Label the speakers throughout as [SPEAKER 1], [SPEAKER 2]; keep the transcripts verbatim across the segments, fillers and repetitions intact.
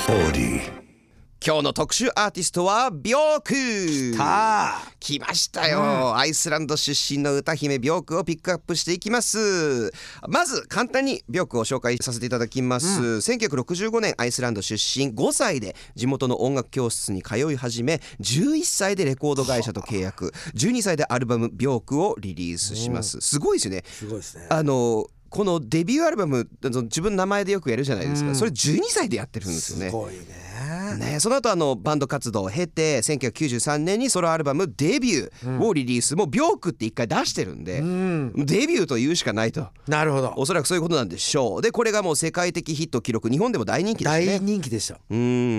[SPEAKER 1] 今日の特集アーティストはビョーク。
[SPEAKER 2] 来た
[SPEAKER 1] 来ましたよ、うん、アイスランド出身の歌姫ビョークをピックアップしていきます。まず簡単にビョークを紹介させていただきます、うん、せんきゅうひゃくろくじゅうごねんアイスランド出身、ごさいで地元の音楽教室に通い始め、じゅういっさいでレコード会社と契約、じゅうにさいでアルバムビョークをリリースします。すごいですよね。
[SPEAKER 2] すごいですね。
[SPEAKER 1] あのこのデビューアルバム、自分の名前でよくやるじゃないですか、うん、それじゅうにさいでやってるんですよね。
[SPEAKER 2] すごいね。
[SPEAKER 1] ね、その後あのバンド活動を経てせんきゅうひゃくきゅうじゅうさんねんにソロアルバムデビューをリリース、うん、もうビョークって一回出してるんで、うん、デビューと言うしかないと。
[SPEAKER 2] なるほど。
[SPEAKER 1] おそらくそういうことなんでしょう。でこれがもう世界的ヒット記録、日本でも大人気ですね。
[SPEAKER 2] 大人気でした。
[SPEAKER 1] うん、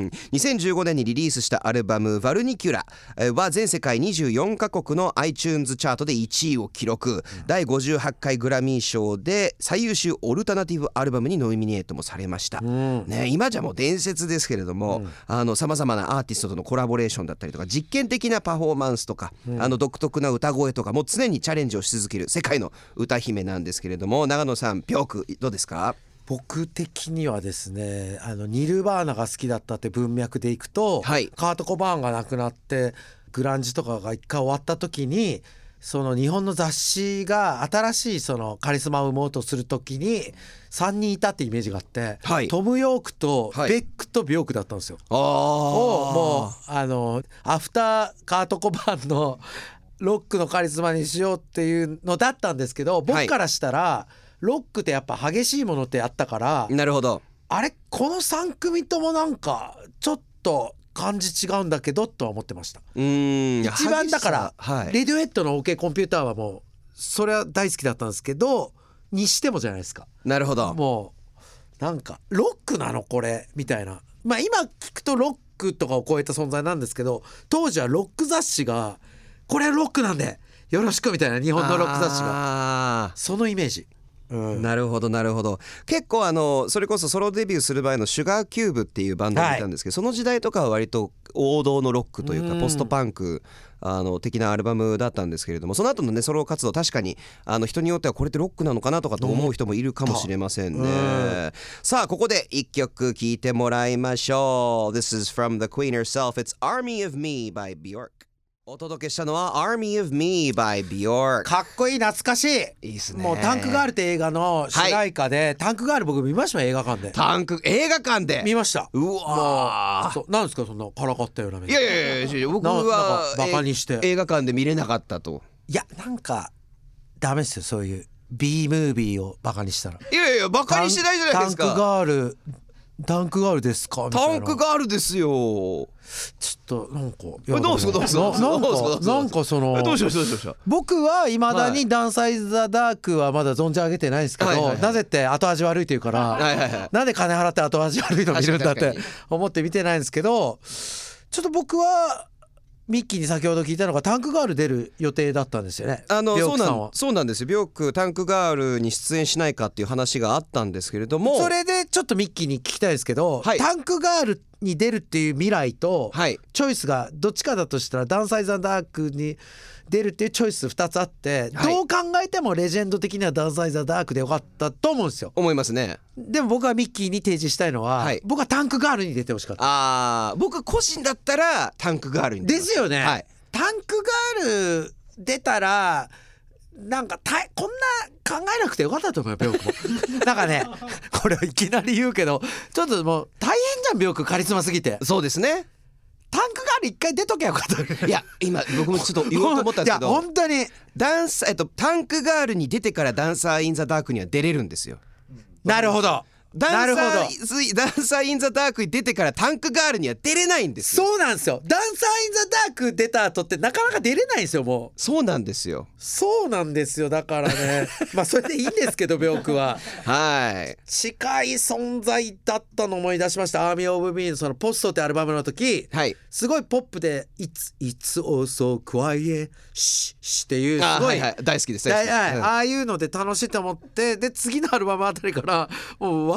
[SPEAKER 1] にせんじゅうごねんにリリースしたアルバムヴァルニキュラは全世界にじゅうよんカ国の iTunes チャートでいちいを記録、うん、だいごじゅうはちかいグラミー賞で最優秀オルタナティブアルバムにノミネートもされました、うんね、今じゃもう伝説ですけれども、うん、あの様々なアーティストとのコラボレーションだったりとか、実験的なパフォーマンスとか、うん、あの独特な歌声とかも常にチャレンジをし続ける世界の歌姫なんですけれども、長野さん、ビョークどうですか？
[SPEAKER 2] 僕的にはですね、あのニルバーナが好きだったって文脈でいくと、はい、カート・コバーンが亡くなってグランジとかが一回終わった時に、その日本の雑誌が新しいそのカリスマを生もうとする時にさんにんいたってイメージがあって、はい、トム・ヨークとベックとビョークだったんですよ、はい、をもうあのアフターカート・コバーンのロックのカリスマにしようっていうのだったんですけど、僕からしたら、はい、ロックってやっぱ激しいものってあったから、
[SPEAKER 1] なるほど、
[SPEAKER 2] あれこのさん組ともなんかちょっと感じ違うんだけどとは思ってました。うーん、一番だから、はい、レディオヘッドの OK コンピューターはもうそれは大好きだったんですけど、にしてもじゃないですか。
[SPEAKER 1] なるほど。
[SPEAKER 2] もうなんかロックなのこれみたいな、まあ今聞くとロックとかを超えた存在なんですけど、当時はロック雑誌がこれロックなんでよろしくみたいな、日本のロック雑誌がそのイメージ。うん、な
[SPEAKER 1] るほどなるほど。結構あのそれこそソロデビューする前のシュガーキューブっていうバンドがいたんですけど、はい、その時代とかは割と王道のロックというかポストパンクあの的なアルバムだったんですけれども、その後のねソロ活動、確かにあの人によってはこれってロックなのかなとかと思う人もいるかもしれませんね。さあここで一曲聴いてもらいましょう。 This is from the Queen herself. It's Army of Me by Bjork。お届けしたのは Army of Me by Bjork。
[SPEAKER 2] かっこいい、懐かしい。
[SPEAKER 1] いいっすね。
[SPEAKER 2] もうタンクガールって映画の主題歌で、はい、タンクガール僕見ましたよ、映画館で。
[SPEAKER 1] タンク映画館で
[SPEAKER 2] 見ました。
[SPEAKER 1] うわー、
[SPEAKER 2] そうなんですかそんなからかったような。
[SPEAKER 1] いやいやいや僕は
[SPEAKER 2] バカにして
[SPEAKER 1] 映画館で見れなかったと。
[SPEAKER 2] いやなんかダメですよ、そういう B ムービーをバカにしたら。
[SPEAKER 1] いやいやバカにしてないじゃないですか。
[SPEAKER 2] タンクガールタンクガールですかみたいな。
[SPEAKER 1] タンクガールですよ。
[SPEAKER 2] ちょっとなんか
[SPEAKER 1] どうすかどうすか
[SPEAKER 2] なんかなんかその
[SPEAKER 1] どうしようどうしようどうしよう。
[SPEAKER 2] 僕は未だにダンサイズ・ザ・ダークはまだ存じ上げてないんですけど、はいはいはい、なぜって後味悪いというから、はいはいはい、なんで金払って後味悪いの見るんだって思って見てないんですけど、ちょっと僕はミッキーに先ほど聞いたのがタンクガール出る予定だったんですよね。
[SPEAKER 1] あのそうなんそうなんですよ。ビョークタンクガールに出演しないかっていう話があったんですけれども、
[SPEAKER 2] それでちょっとミッキーに聞きたいですけど、はい、タンクガールに出るっていう未来と、はい、チョイスがどっちかだとしたらダンサイズ&ダークに出るっていうチョイスふたつあって、はい、どう考えてもレジェンド的にはダンサイズ&ダークでよかったと思うんですよ。
[SPEAKER 1] 思いますね。
[SPEAKER 2] でも僕はミッキーに提示したいのは、はい、僕はタンクガールに出てほしかった。
[SPEAKER 1] あー、僕個人だったらタンクガールに出ます。
[SPEAKER 2] ですよね、
[SPEAKER 1] はい、
[SPEAKER 2] タンクガール出たらなんかたこんな考えなくてよかったと思うよ、ビョークもなんかねこれいきなり言うけどちょっともう大変じゃん、ビョークカリスマすぎて。
[SPEAKER 1] そうですね。
[SPEAKER 2] タンクガール一回出とけよかった。
[SPEAKER 1] いや今僕もちょっと言おうと思ったんですけど、
[SPEAKER 2] いや本当に
[SPEAKER 1] ダンサー、えっと、タンクガールに出てからダンサーインザダークには出れるんですよ。
[SPEAKER 2] なるほど。
[SPEAKER 1] ダンサー、ダンサーインザダークに出てからタンクガールには出れないんですよ。
[SPEAKER 2] そうなんですよ。ダンサーインザダーク出た後ってなかなか出れないんですよ。もう
[SPEAKER 1] そうなんですよ。
[SPEAKER 2] そうなんですよ。だからねまあそれでいいんですけど、ビョークは
[SPEAKER 1] はい
[SPEAKER 2] 近い存在だったの思い出しました。アーミーオブミーのそのポストってアルバムの時、はい、すごいポップで It's, It's also quiet シッっていうすごい、
[SPEAKER 1] はいはい、大好きです。
[SPEAKER 2] 大好き、はい、ああいうので楽しいと思って、で次のアルバムあたりからもうわ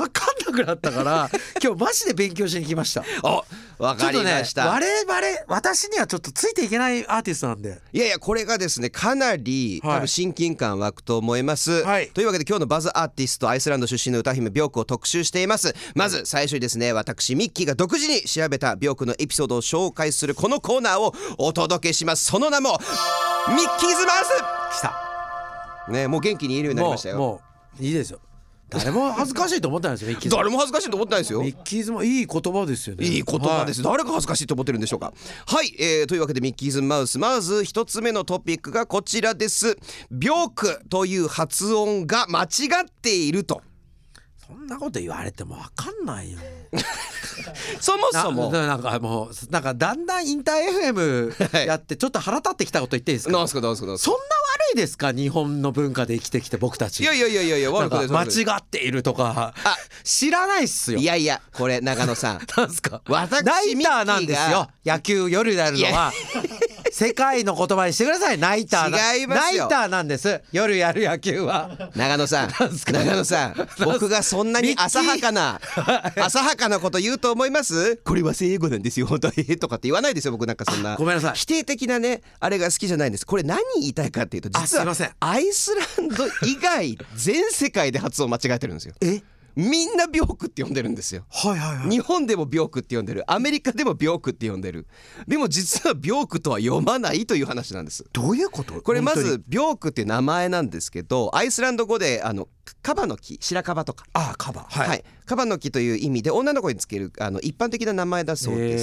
[SPEAKER 2] 分かんなくなったから今日マジで勉強しに来ました。
[SPEAKER 1] お、わかりました。
[SPEAKER 2] ちょっとね、我々私にはちょっとついていけないアーティストなんで。
[SPEAKER 1] いやいや、これがですねかなり多分親近感湧くと思います、はい、というわけで今日のバズアーティスト、アイスランド出身の歌姫ビョークを特集しています。まず最初にですね、私ミッキーが独自に調べたビョークのエピソードを紹介するこのコーナーをお届けします。その名もミッキーズマウス。
[SPEAKER 2] 来た
[SPEAKER 1] ね、もう元気に言えるようになりましたよ。
[SPEAKER 2] もう、もういいですよ。誰も恥ずかしいと思ってないですよ。ミッキーズ
[SPEAKER 1] 誰も恥ずかしいと思ってないですよ。
[SPEAKER 2] ミッキーズもいい言葉ですよね。
[SPEAKER 1] いい言葉です、はい、誰が恥ずかしいと思ってるんでしょうか。はい、えー、というわけでミッキーズマウス、まず一つ目のトピックがこちらです。ビョークという発音が間違っていると。
[SPEAKER 2] そんなこと言われても分かんないよ
[SPEAKER 1] そもそも
[SPEAKER 2] な, なんかもうなんかだんだんインター エフエム やってちょっと腹立ってきたこと言っていいですか。
[SPEAKER 1] なんすかなんすかなんすか。
[SPEAKER 2] そんな悪いですか、日本の文化で生きてきて僕たち。
[SPEAKER 1] いやいやいやいやいや、悪くないです。
[SPEAKER 2] 間違っているとかあ知らないっすよ。
[SPEAKER 1] いやいや、これ長野さん
[SPEAKER 2] なんすか、
[SPEAKER 1] 私
[SPEAKER 2] ナイターなんですよ。野球夜やるのは世界の言葉にしてください。ナイター。
[SPEAKER 1] 違いますよ。
[SPEAKER 2] ナイターなんです。夜やる野球は。
[SPEAKER 1] 長野さん長野さん、僕がそんなに浅はかな浅はかなこと言うと思います？これは英語なんですよ本当にとかって言わないですよ。僕なんかそんな
[SPEAKER 2] ごめんなさい、
[SPEAKER 1] 否定的なねあれが好きじゃないんです。これ何言いたいかっていうと、実はアイスランド以外全世界で発音間違えてるんですよ。
[SPEAKER 2] え
[SPEAKER 1] みんなビョークって呼んでるんですよ。
[SPEAKER 2] はいはいはい。
[SPEAKER 1] 日本でもビョークって呼んでる、アメリカでもビョークって呼んでる。でも実はビョークとは読まないという話なんです。
[SPEAKER 2] どういうこと？
[SPEAKER 1] これまずビョークっていう名前なんですけど、アイスランド語であのカバの木、白樺とか、
[SPEAKER 2] ああカバ、はい、
[SPEAKER 1] はい、カバの木という意味で女の子につけるあの一般的な名前だそうです。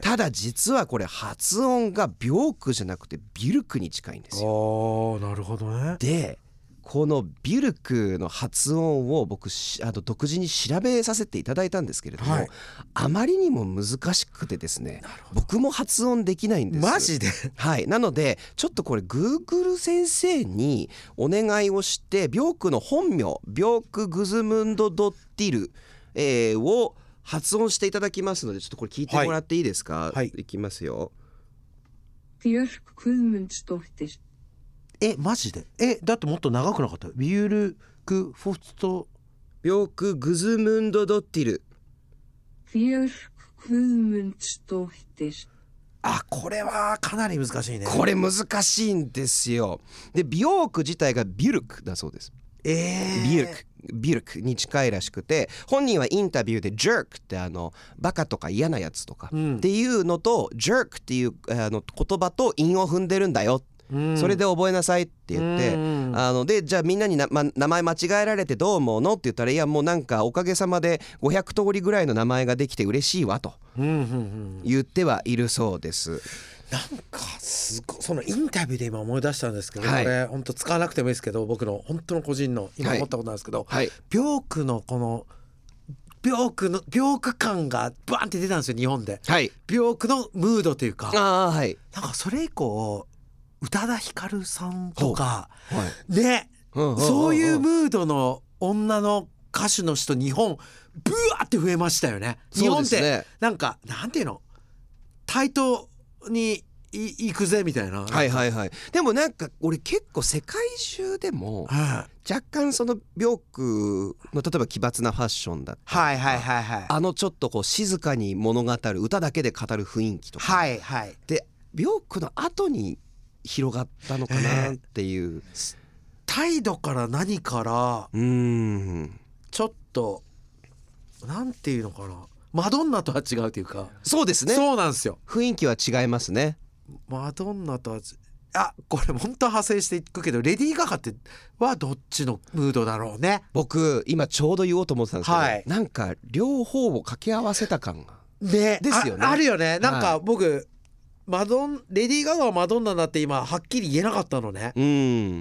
[SPEAKER 1] ただ実はこれ発音がビョークじゃなくてビルクに近いんですよ。
[SPEAKER 2] ああなるほどね。
[SPEAKER 1] でこのビルクの発音を僕あの独自に調べさせていただいたんですけれども、はい、あまりにも難しくてですね、僕も発音できないんです。
[SPEAKER 2] マジで？はい。
[SPEAKER 1] なのでちょっとこれ Google 先生にお願いをしてビョークの本名ビョーク・グズムンド・ドッティル、えー、を発音していただきますので、ちょっとこれ聞いてもらっていいですか。はい、いきますよ。
[SPEAKER 3] ビョーク・グズムンド・ドッティル。
[SPEAKER 2] えマジで？えだってもっと長くなかった？ビュルクフォスト
[SPEAKER 1] ビョーク・グズムンド・ドッティル。
[SPEAKER 3] ビョーク・グズムンド・ドッティル。
[SPEAKER 2] あ、これはかなり難しいね。
[SPEAKER 1] これ難しいんですよ。でビョーク自体がビルクだそうです。
[SPEAKER 2] えー、
[SPEAKER 1] ビルクビルクに近いらしくて、本人はインタビューで jerk ってあのバカとか嫌なやつとかっていうのと、うん、jerk っていうあの言葉と韻を踏んでるんだよ、うん、それで覚えなさいって言って、うん、あのでじゃあみんなにな、ま、名前間違えられてどう思うのって言ったら、いやもうなんかおかげさまでごひゃく通りぐらいの名前ができて嬉しいわと言ってはいるそうです。
[SPEAKER 2] なんかすごいそのインタビューで今思い出したんですけど、はい、これ本当使わなくてもいいですけど、僕の本当の個人の今思ったことなんですけど、はいはい、ビョークのこのビョークのビョーク感がバーンって出たんですよ日本で、はい、ビョークのムードというか、あ、はい、なんかそれ以降宇多田ヒカルさんとか、はい、ね、うんうんうんうん、そういうムードの女の歌手の人日本ブワーって増えましたよね。日本ってなんかなんていうの対等に行くぜみたいな。
[SPEAKER 1] はいはいはい。でもなんか俺結構世界中でも若干そのビョークの例えば奇抜なファッションだったり、はいはいはいはい、あのちょっとこう静かに物語る歌だけで語る雰囲気とか、はいはい、でビョークの後に広がったのかなっていう、えー、
[SPEAKER 2] 態度から何からうーんちょっとなんていうのかな、マドンナとは違うというか。
[SPEAKER 1] そうですね、
[SPEAKER 2] そうなんですよ。
[SPEAKER 1] 雰囲気は違いますね。
[SPEAKER 2] マドンナとはあこれ本当は派生していくけど、レディー・ガガってはどっちのムードだろうね。
[SPEAKER 1] 僕今ちょうど言おうと思ってたんですけど、はい、なんか両方を掛け合わせた感が、ね、ですよね。
[SPEAKER 2] あ, あるよね。なんか僕、はい、マドンレディー・ガガはマドンナだって今はっきり言えなかったのね。うん、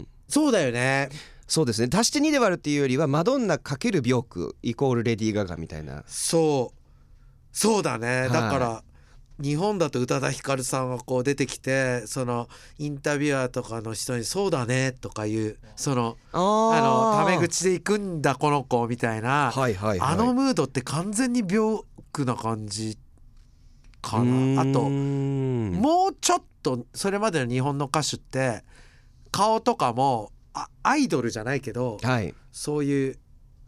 [SPEAKER 2] そうだよね。
[SPEAKER 1] そうですね、足してにで割るっていうよりはマドンナ×ビョークイコールレディー・ガガみたいな。
[SPEAKER 2] そうそうだね、はい、だから日本だと宇多田ヒカルさんがこう出てきて、そのインタビュアーとかの人にそうだねとかいうそのあのタメ口で行くんだこの子みたいな、はいはいはい、あのムードって完全にビョークな感じかな。あともうちょっとそれまでの日本の歌手って顔とかもあアイドルじゃないけど、はい、そういう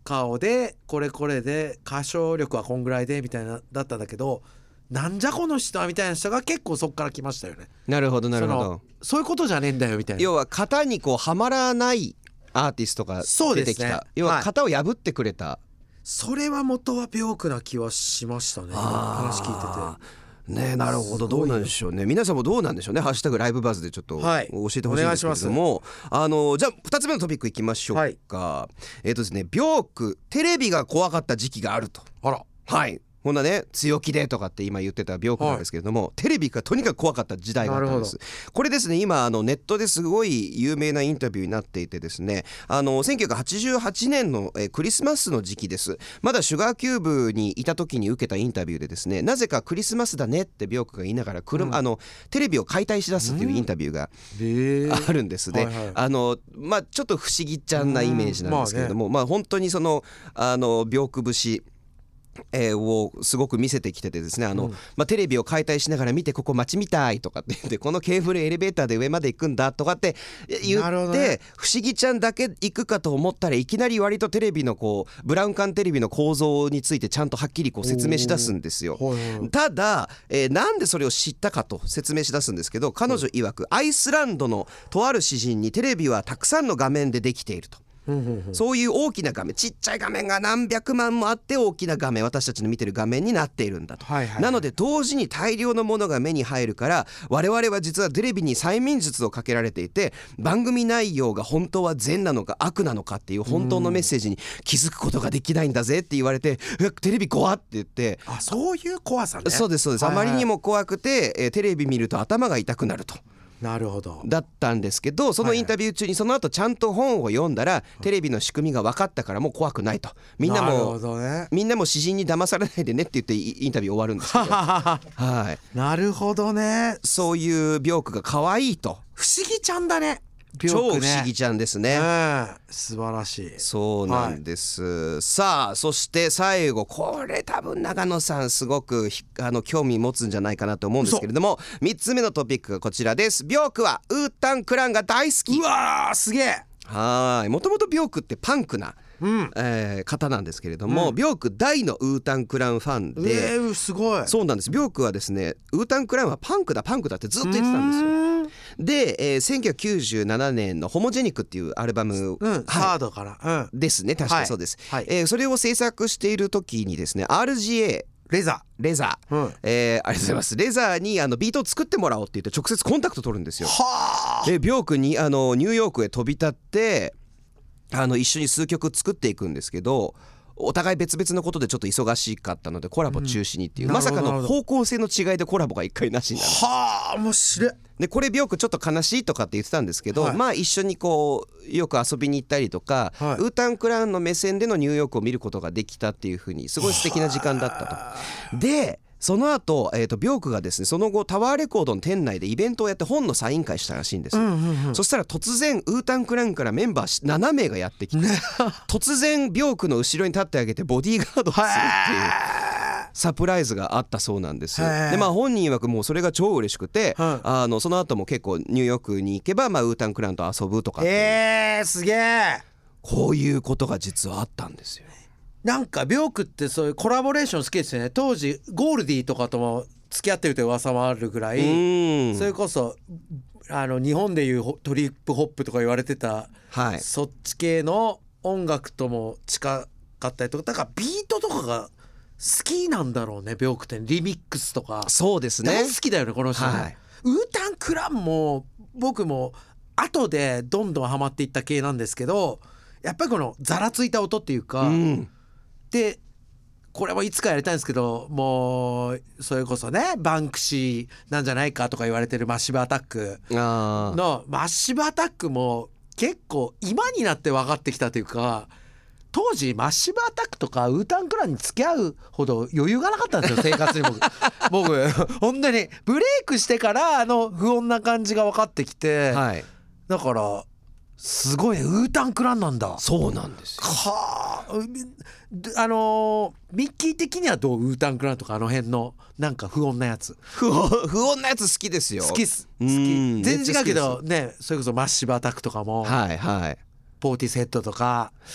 [SPEAKER 2] 顔でこれこれで歌唱力はこんぐらいでみたいなだったんだけど、なんじゃこの人はみたいな人が結構そっから来ましたよね。
[SPEAKER 1] なるほどなるほど。
[SPEAKER 2] そそういうことじゃねえんだよみたいな。
[SPEAKER 1] 要は型にこうはまらないアーティストが出てきた、ね、要は型を破ってくれた、はい、
[SPEAKER 2] それは元はビョークな気はしましたね、話聞いてて。
[SPEAKER 1] ね、なるほど。どうなんでしょうね。皆さんもどうなんでしょうね。ハッシュタグライブバズでちょっと教えてほしいんですけれども、はい、あのじゃあふたつめのトピックいきましょうか、はい、えっ、ー、とですねビョークテレビが怖かった時期があると。
[SPEAKER 2] あら、
[SPEAKER 1] はい、こんなね強気でとかって今言ってたビョークなんですけれども、はい、テレビがとにかく怖かった時代があったんです。これですね、今あのネットですごい有名なインタビューになっていてですね、あのせんきゅうひゃくはちじゅうはちねんのえクリスマスの時期です。まだシュガーキューブにいた時に受けたインタビューでですね、なぜかクリスマスだねってビョークが言いながら車、うん、あのテレビを解体しだすっていうインタビューがあるんですね、うんはいはい、あのまあちょっと不思議ちゃんなイメージなんですけれども、うんまあね、まあ本当にそのあのビョーク節えー、をすごく見せてきててですね、あの、うんまあ、テレビを解体しながら見てここ街みたいとかって言って、このケーブルエレベーターで上まで行くんだとかって言って、ね、不思議ちゃんだけ行くかと思ったらいきなり割とテレビのこうブラウン管テレビの構造についてちゃんとはっきりこう説明しだすんですよ。ただ、えー、なんでそれを知ったかと説明しだすんですけど、彼女曰くアイスランドのとある詩人にテレビはたくさんの画面でできていると。そういう大きな画面、ちっちゃい画面が何百万もあって大きな画面、私たちの見てる画面になっているんだと、はいはいはい、なので同時に大量のものが目に入るから我々は実はテレビに催眠術をかけられていて、番組内容が本当は善なのか悪なのかっていう本当のメッセージに気づくことができないんだぜって言われて、テレビ怖って言って、
[SPEAKER 2] あ、そういう怖さね。
[SPEAKER 1] そうですそうです、はいはい、あまりにも怖くて、えー、テレビ見ると頭が痛くなると。
[SPEAKER 2] なるほど。
[SPEAKER 1] だったんですけど、そのインタビュー中にその後ちゃんと本を読んだらテレビの仕組みが分かったからもう怖くないと、みんなも、ね、みんなも詩人に騙されないでねって言ってインタビュー終わるんですけどはい、
[SPEAKER 2] なるほどね。
[SPEAKER 1] そういうビョークが可愛いと。
[SPEAKER 2] 不思議ちゃんだね、
[SPEAKER 1] 超不思議ちゃんですね、
[SPEAKER 2] うん、素晴らしい。
[SPEAKER 1] そうなんです、はい、さあそして最後、これ多分長野さんすごくあの興味持つんじゃないかなと思うんですけれども、みっつめのトピックがこちらです。ビョークはウータンクランが大好き。
[SPEAKER 2] うわーすげえ。
[SPEAKER 1] はい、もともとビョークってパンクなうんえー、方なんですけれども、うん、ビョーク大のウータンクランファンで、
[SPEAKER 2] えー、すごい。
[SPEAKER 1] そうなんです。ビョークはですね、ウータンクランはパンクだパンクだってずっと言ってたんですよ。で、えー、せんきゅうひゃくきゅうじゅうななねんのホモジェニックっていうアルバム、
[SPEAKER 2] うん、ハードから、
[SPEAKER 1] うん、ですね、確かそうです、はいはい、えー、それを制作している時にですね アールジーエー
[SPEAKER 2] レザ
[SPEAKER 1] ーレザー、うんえー、ありがとうございます。レザーにあのビートを作ってもらおうって言って直接コンタクト取るんですよ。はでビョークにあのニューヨークへ飛び立ってあの一緒に数曲作っていくんですけど、お互い別々のことでちょっと忙しかったのでコラボ中止にっていう、うん、まさかの方向性の違いでコラボが一回なしになる。
[SPEAKER 2] はあ、面白い。
[SPEAKER 1] でこれビョークちょっと悲しいとかって言ってたんですけど、はい、まあ一緒にこうよく遊びに行ったりとか、はい、ウータンクラウンの目線でのニューヨークを見ることができたっていう風にすごい素敵な時間だったと。でその後、えーと、ビョークがですねその後タワーレコードの店内でイベントをやって本のサイン会したらしいんですよ、うんうんうん、そしたら突然ウータンクランからメンバーななめいがやってきて突然ビョークの後ろに立ってあげてボディーガードをするっていうサプライズがあったそうなんですよ。でまあ本人曰くもうそれが超嬉しくて、はい、あのその後も結構ニューヨークに行けば、まあ、ウータンクランと遊ぶとかっていう、
[SPEAKER 2] えー、すげえ。
[SPEAKER 1] こういうことが実はあったんですよ。
[SPEAKER 2] なんかビョークってそういうコラボレーション好きですよね。当時ゴールディとかとも付き合ってるという噂もあるぐらい、それこそあの日本でいうトリップホップとか言われてた、はい、そっち系の音楽とも近かったりとか、だからビートとかが好きなんだろうね、ビョークって。リミックスとか
[SPEAKER 1] そうですね、
[SPEAKER 2] 大好きだよねこの人ね、はい、ウータンクランも僕も後でどんどんハマっていった系なんですけど、やっぱりこのザラついた音っていうか、うんでこれもいつかやりたいんですけど、もうそれこそねバンクシーなんじゃないかとか言われてるマッシブアタックのマッシブアタックも結構今になって分かってきたというか、当時マッシブアタックとかウータンクランに付き合うほど余裕がなかったんですよ生活に僕僕本当にブレイクしてからあの不穏な感じが分かってきて、はい、だからすごいね、ウータンクランなんだ。
[SPEAKER 1] そうなんですよ。
[SPEAKER 2] はあ、あのー、ミッキー的にはどう、ウータンクランとかあの辺のなんか不穏なやつ。
[SPEAKER 1] 不穏、不穏なやつ好きですよ。
[SPEAKER 2] 好きっす。好き。全然違うけどね、それこそマッシブアタックとかも、
[SPEAKER 1] はいはい。
[SPEAKER 2] ポーティセットとか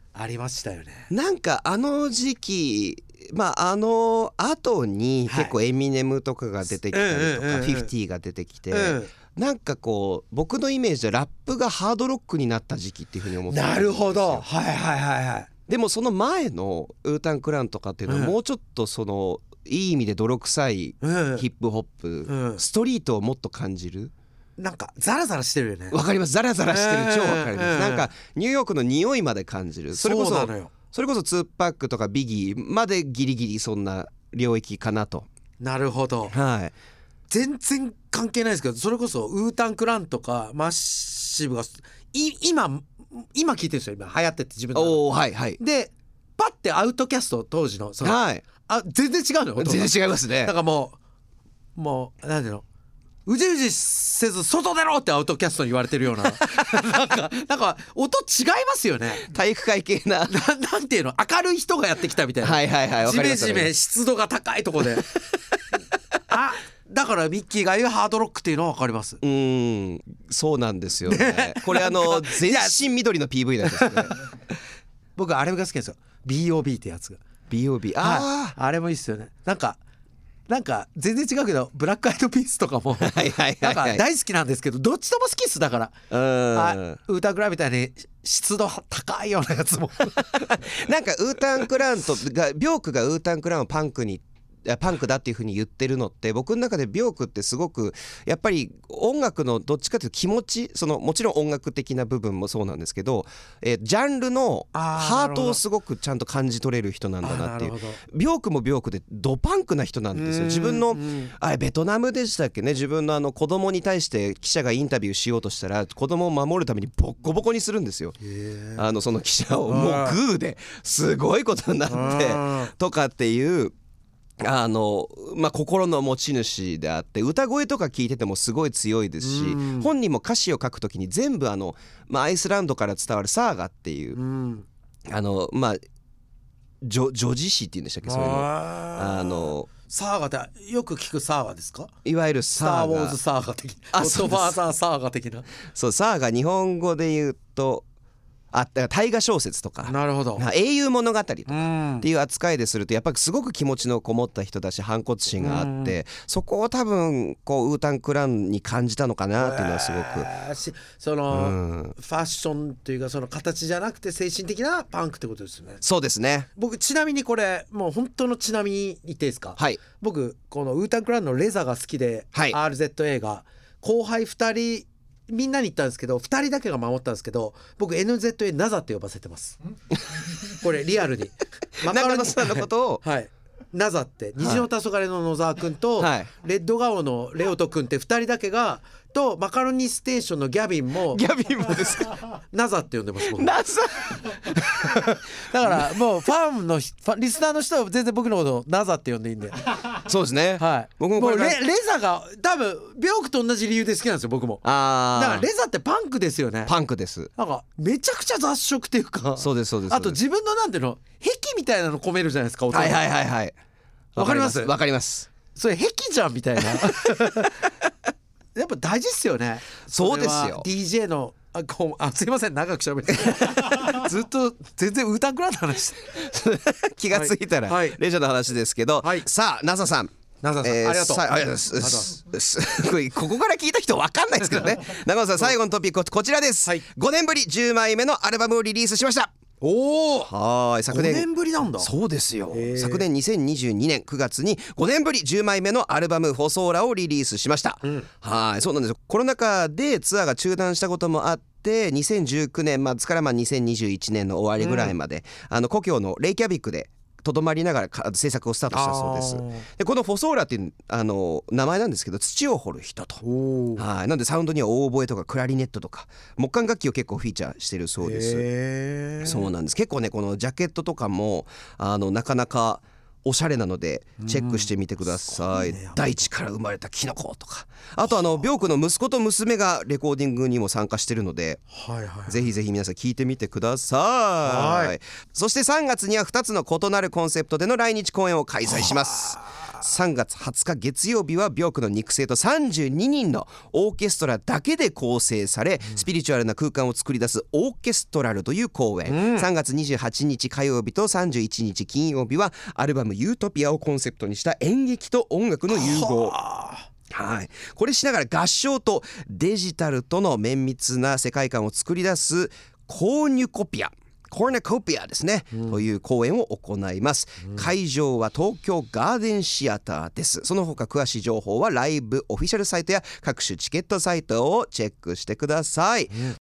[SPEAKER 2] ありましたよね。
[SPEAKER 1] なんかあの時期まああの後に結構エミネムとかが出てきたりとかフィフティが出てきて、うんなんかこう僕のイメージでラップがハードロックになった時期っていう風に思ってるんですよ。
[SPEAKER 2] なるほどはいはいはいはい。
[SPEAKER 1] でもその前のウータンクランとかっていうのはもうちょっとそのいい意味で泥臭いヒップホップ、うん、ストリートをもっと感じる
[SPEAKER 2] なんかザラザラしてるよね。
[SPEAKER 1] わかりますザラザラしてる超わかります、なんかニューヨークの匂いまで感じる。それこそ
[SPEAKER 2] そうなのよ。
[SPEAKER 1] それこそツーパックとかビギーまでギリギリそんな領域かなと。
[SPEAKER 2] なるほど、
[SPEAKER 1] はい、
[SPEAKER 2] 全然関係ないですけどそれこそウータンクランとかマッシブがい今今聞いてるんですよ今流行ってって自分の、
[SPEAKER 1] おーはいはい
[SPEAKER 2] でパッてアウトキャスト当時のその、はい、あ全然違うのよ。
[SPEAKER 1] 全然違いますね。
[SPEAKER 2] だからもうもうなんていうのうじうじせず外出ろってアウトキャストに言われてるようななんかなんか音違いますよね。
[SPEAKER 1] 体育会系な
[SPEAKER 2] な, なんていうの明るい人がやってきたみたいな、
[SPEAKER 1] はいはいはい、
[SPEAKER 2] ジメジメ湿度が高いとこであだからミッキーが言うハードロックっていうのは分かります。
[SPEAKER 1] うーんそうなんですよねこれあの全身緑の ピーブイ なんですね
[SPEAKER 2] 僕あれが好きなんですよ ビーオービー ってやつが
[SPEAKER 1] ビーオービー あ
[SPEAKER 2] あ、はい、あれもいいっすよね。なんかなんか全然違うけどブラックアイドピースとかもなんか大好きなんですけどどっちとも好きっす。だからうんウータンクランみたいに湿度高いようなやつも
[SPEAKER 1] なんかウータンクランとがビョークがウータンクランをパンクにパンクだっていう風に言ってるのって僕の中でビョークってすごくやっぱり音楽のどっちかというと気持ちそのもちろん音楽的な部分もそうなんですけど、えー、ジャンルのハートをすごくちゃんと感じ取れる人なんだなっていう。ビョークもビョークでドパンクな人なんですよ。自分のあれベトナムでしたっけね自分のあの子供に対して記者がインタビューしようとしたら子供を守るためにボッコボコにするんですよ。あのその記者をもうグーですごいことになってとかっていうあのまあ、心の持ち主であって歌声とか聞いててもすごい強いですし本人も歌詞を書くときに全部あの、まあ、アイスランドから伝わるサーガっていうあのまあ女女児詩っていうんでしたっけそういうのあの
[SPEAKER 2] サーガってよく聞くサーガですか。
[SPEAKER 1] いわゆるサーガ
[SPEAKER 2] スター・ウォーズサーガ的なゴッドファーザーサーガ的な
[SPEAKER 1] そうサーガ日本語で言うとあ大河小説とか
[SPEAKER 2] なるほど
[SPEAKER 1] 英雄物語とかっていう扱いでするとやっぱりすごく気持ちのこもった人だし反骨心があってそこを多分こうウータンクランに感じたのかなっていうのはすごく、
[SPEAKER 2] えー、その、うん、ファッションというかその形じゃなくて精神的なパンクってことですよね。
[SPEAKER 1] そうですね。
[SPEAKER 2] 僕ちなみにこれもう本当のちなみに言っていいですか。
[SPEAKER 1] はい
[SPEAKER 2] 僕このウータンクランのレザが好きで、はい、アールゼットエー が後輩ふたりみんなに言ったんですけどふたりだけが守ったんですけど僕 エヌゼットエー ナザって呼ばせてますこれリアルに
[SPEAKER 1] 中野さんのことを
[SPEAKER 2] はいナザって虹の黄昏の野沢くんと、はい、レッド顔のレオトくんってふたりだけがとマカロニステーションのギャビンも
[SPEAKER 1] ギャビンもですか
[SPEAKER 2] ナザって呼んでます僕
[SPEAKER 1] ナザ
[SPEAKER 2] だからもうファンのリスナーの人は全然僕のことナザって呼んでいいんで
[SPEAKER 1] そうですね、
[SPEAKER 2] はい、僕もこれもう レ, レザが多分ビョークと同じ理由で好きなんですよ僕も。あだからレザってパンクですよね。
[SPEAKER 1] パンクです。
[SPEAKER 2] なんかめちゃくちゃ雑食っていうか
[SPEAKER 1] そうですそうです。
[SPEAKER 2] あと自分のなんていうの癖みたいなの込めるじゃないですか音。
[SPEAKER 1] はいはいはいはい
[SPEAKER 2] わかります
[SPEAKER 1] わかります。
[SPEAKER 2] それ癖じゃんみたいなやっぱ大事っすよね。
[SPEAKER 1] そうですよ。
[SPEAKER 2] ディージェー のあこあすいません長くしゃべってずっと全然ウータンクランの話
[SPEAKER 1] 気がついたら、はい、レジャーの話ですけど、はい、さあナザさん
[SPEAKER 2] ナザさん、えー、ありがとう
[SPEAKER 1] ありがとうございますここから聞いた人分かんないですけどね中野さん最後のトピックこちらです、はい、ごねんぶりじゅうまいめのアルバムをリリースしました。
[SPEAKER 2] お
[SPEAKER 1] ーはい昨年
[SPEAKER 2] ごねんぶりなんだ。
[SPEAKER 1] そうですよ。昨年にせんにじゅうにねんくがつにごねんぶりじゅうまいめのアルバム「フォソーラ」をリリースしました、うん、はいそうなんですよ。コロナ禍でツアーが中断したこともあってにせんじゅうきゅうねん末からまあにせんにじゅういちねんの終わりぐらいまで、うん、あの故郷のレイキャビックでとどまりながら制作をスタートしたそうです。でこのフォソーラっていうあの名前なんですけど土を掘る人とはいなんでサウンドにはオーボエとかクラリネットとか木管楽器を結構フィーチャーしてるそうです。そうなんです。結構ねこのジャケットとかもあのなかなかおしゃれなのでチェックしてみてください、うんね、大地から生まれたキノコとか、あとあのビョークの息子と娘がレコーディングにも参加してるので、はいはいはい、ぜひぜひ皆さん聞いてみてください、はい、そしてさんがつにはふたつの異なるコンセプトでの来日公演を開催します。さんがつはつか月曜日はビョークの肉声とさんじゅうににんのオーケストラだけで構成され、うん、スピリチュアルな空間を作り出すオーケストラルという公演、うん、さんがつにじゅうはちにち火曜日とさんじゅういちにち金曜日はアルバムユートピアをコンセプトにした演劇と音楽の融合、はい、これしながら合唱とデジタルとの綿密な世界観を作り出すコーニュコピアコーナコピアですね、うん、という公演を行います、うん、会場は東京ガーデンシアターです。その他詳しい情報はライブオフィシャルサイトや各種チケットサイトをチェックしてください、うん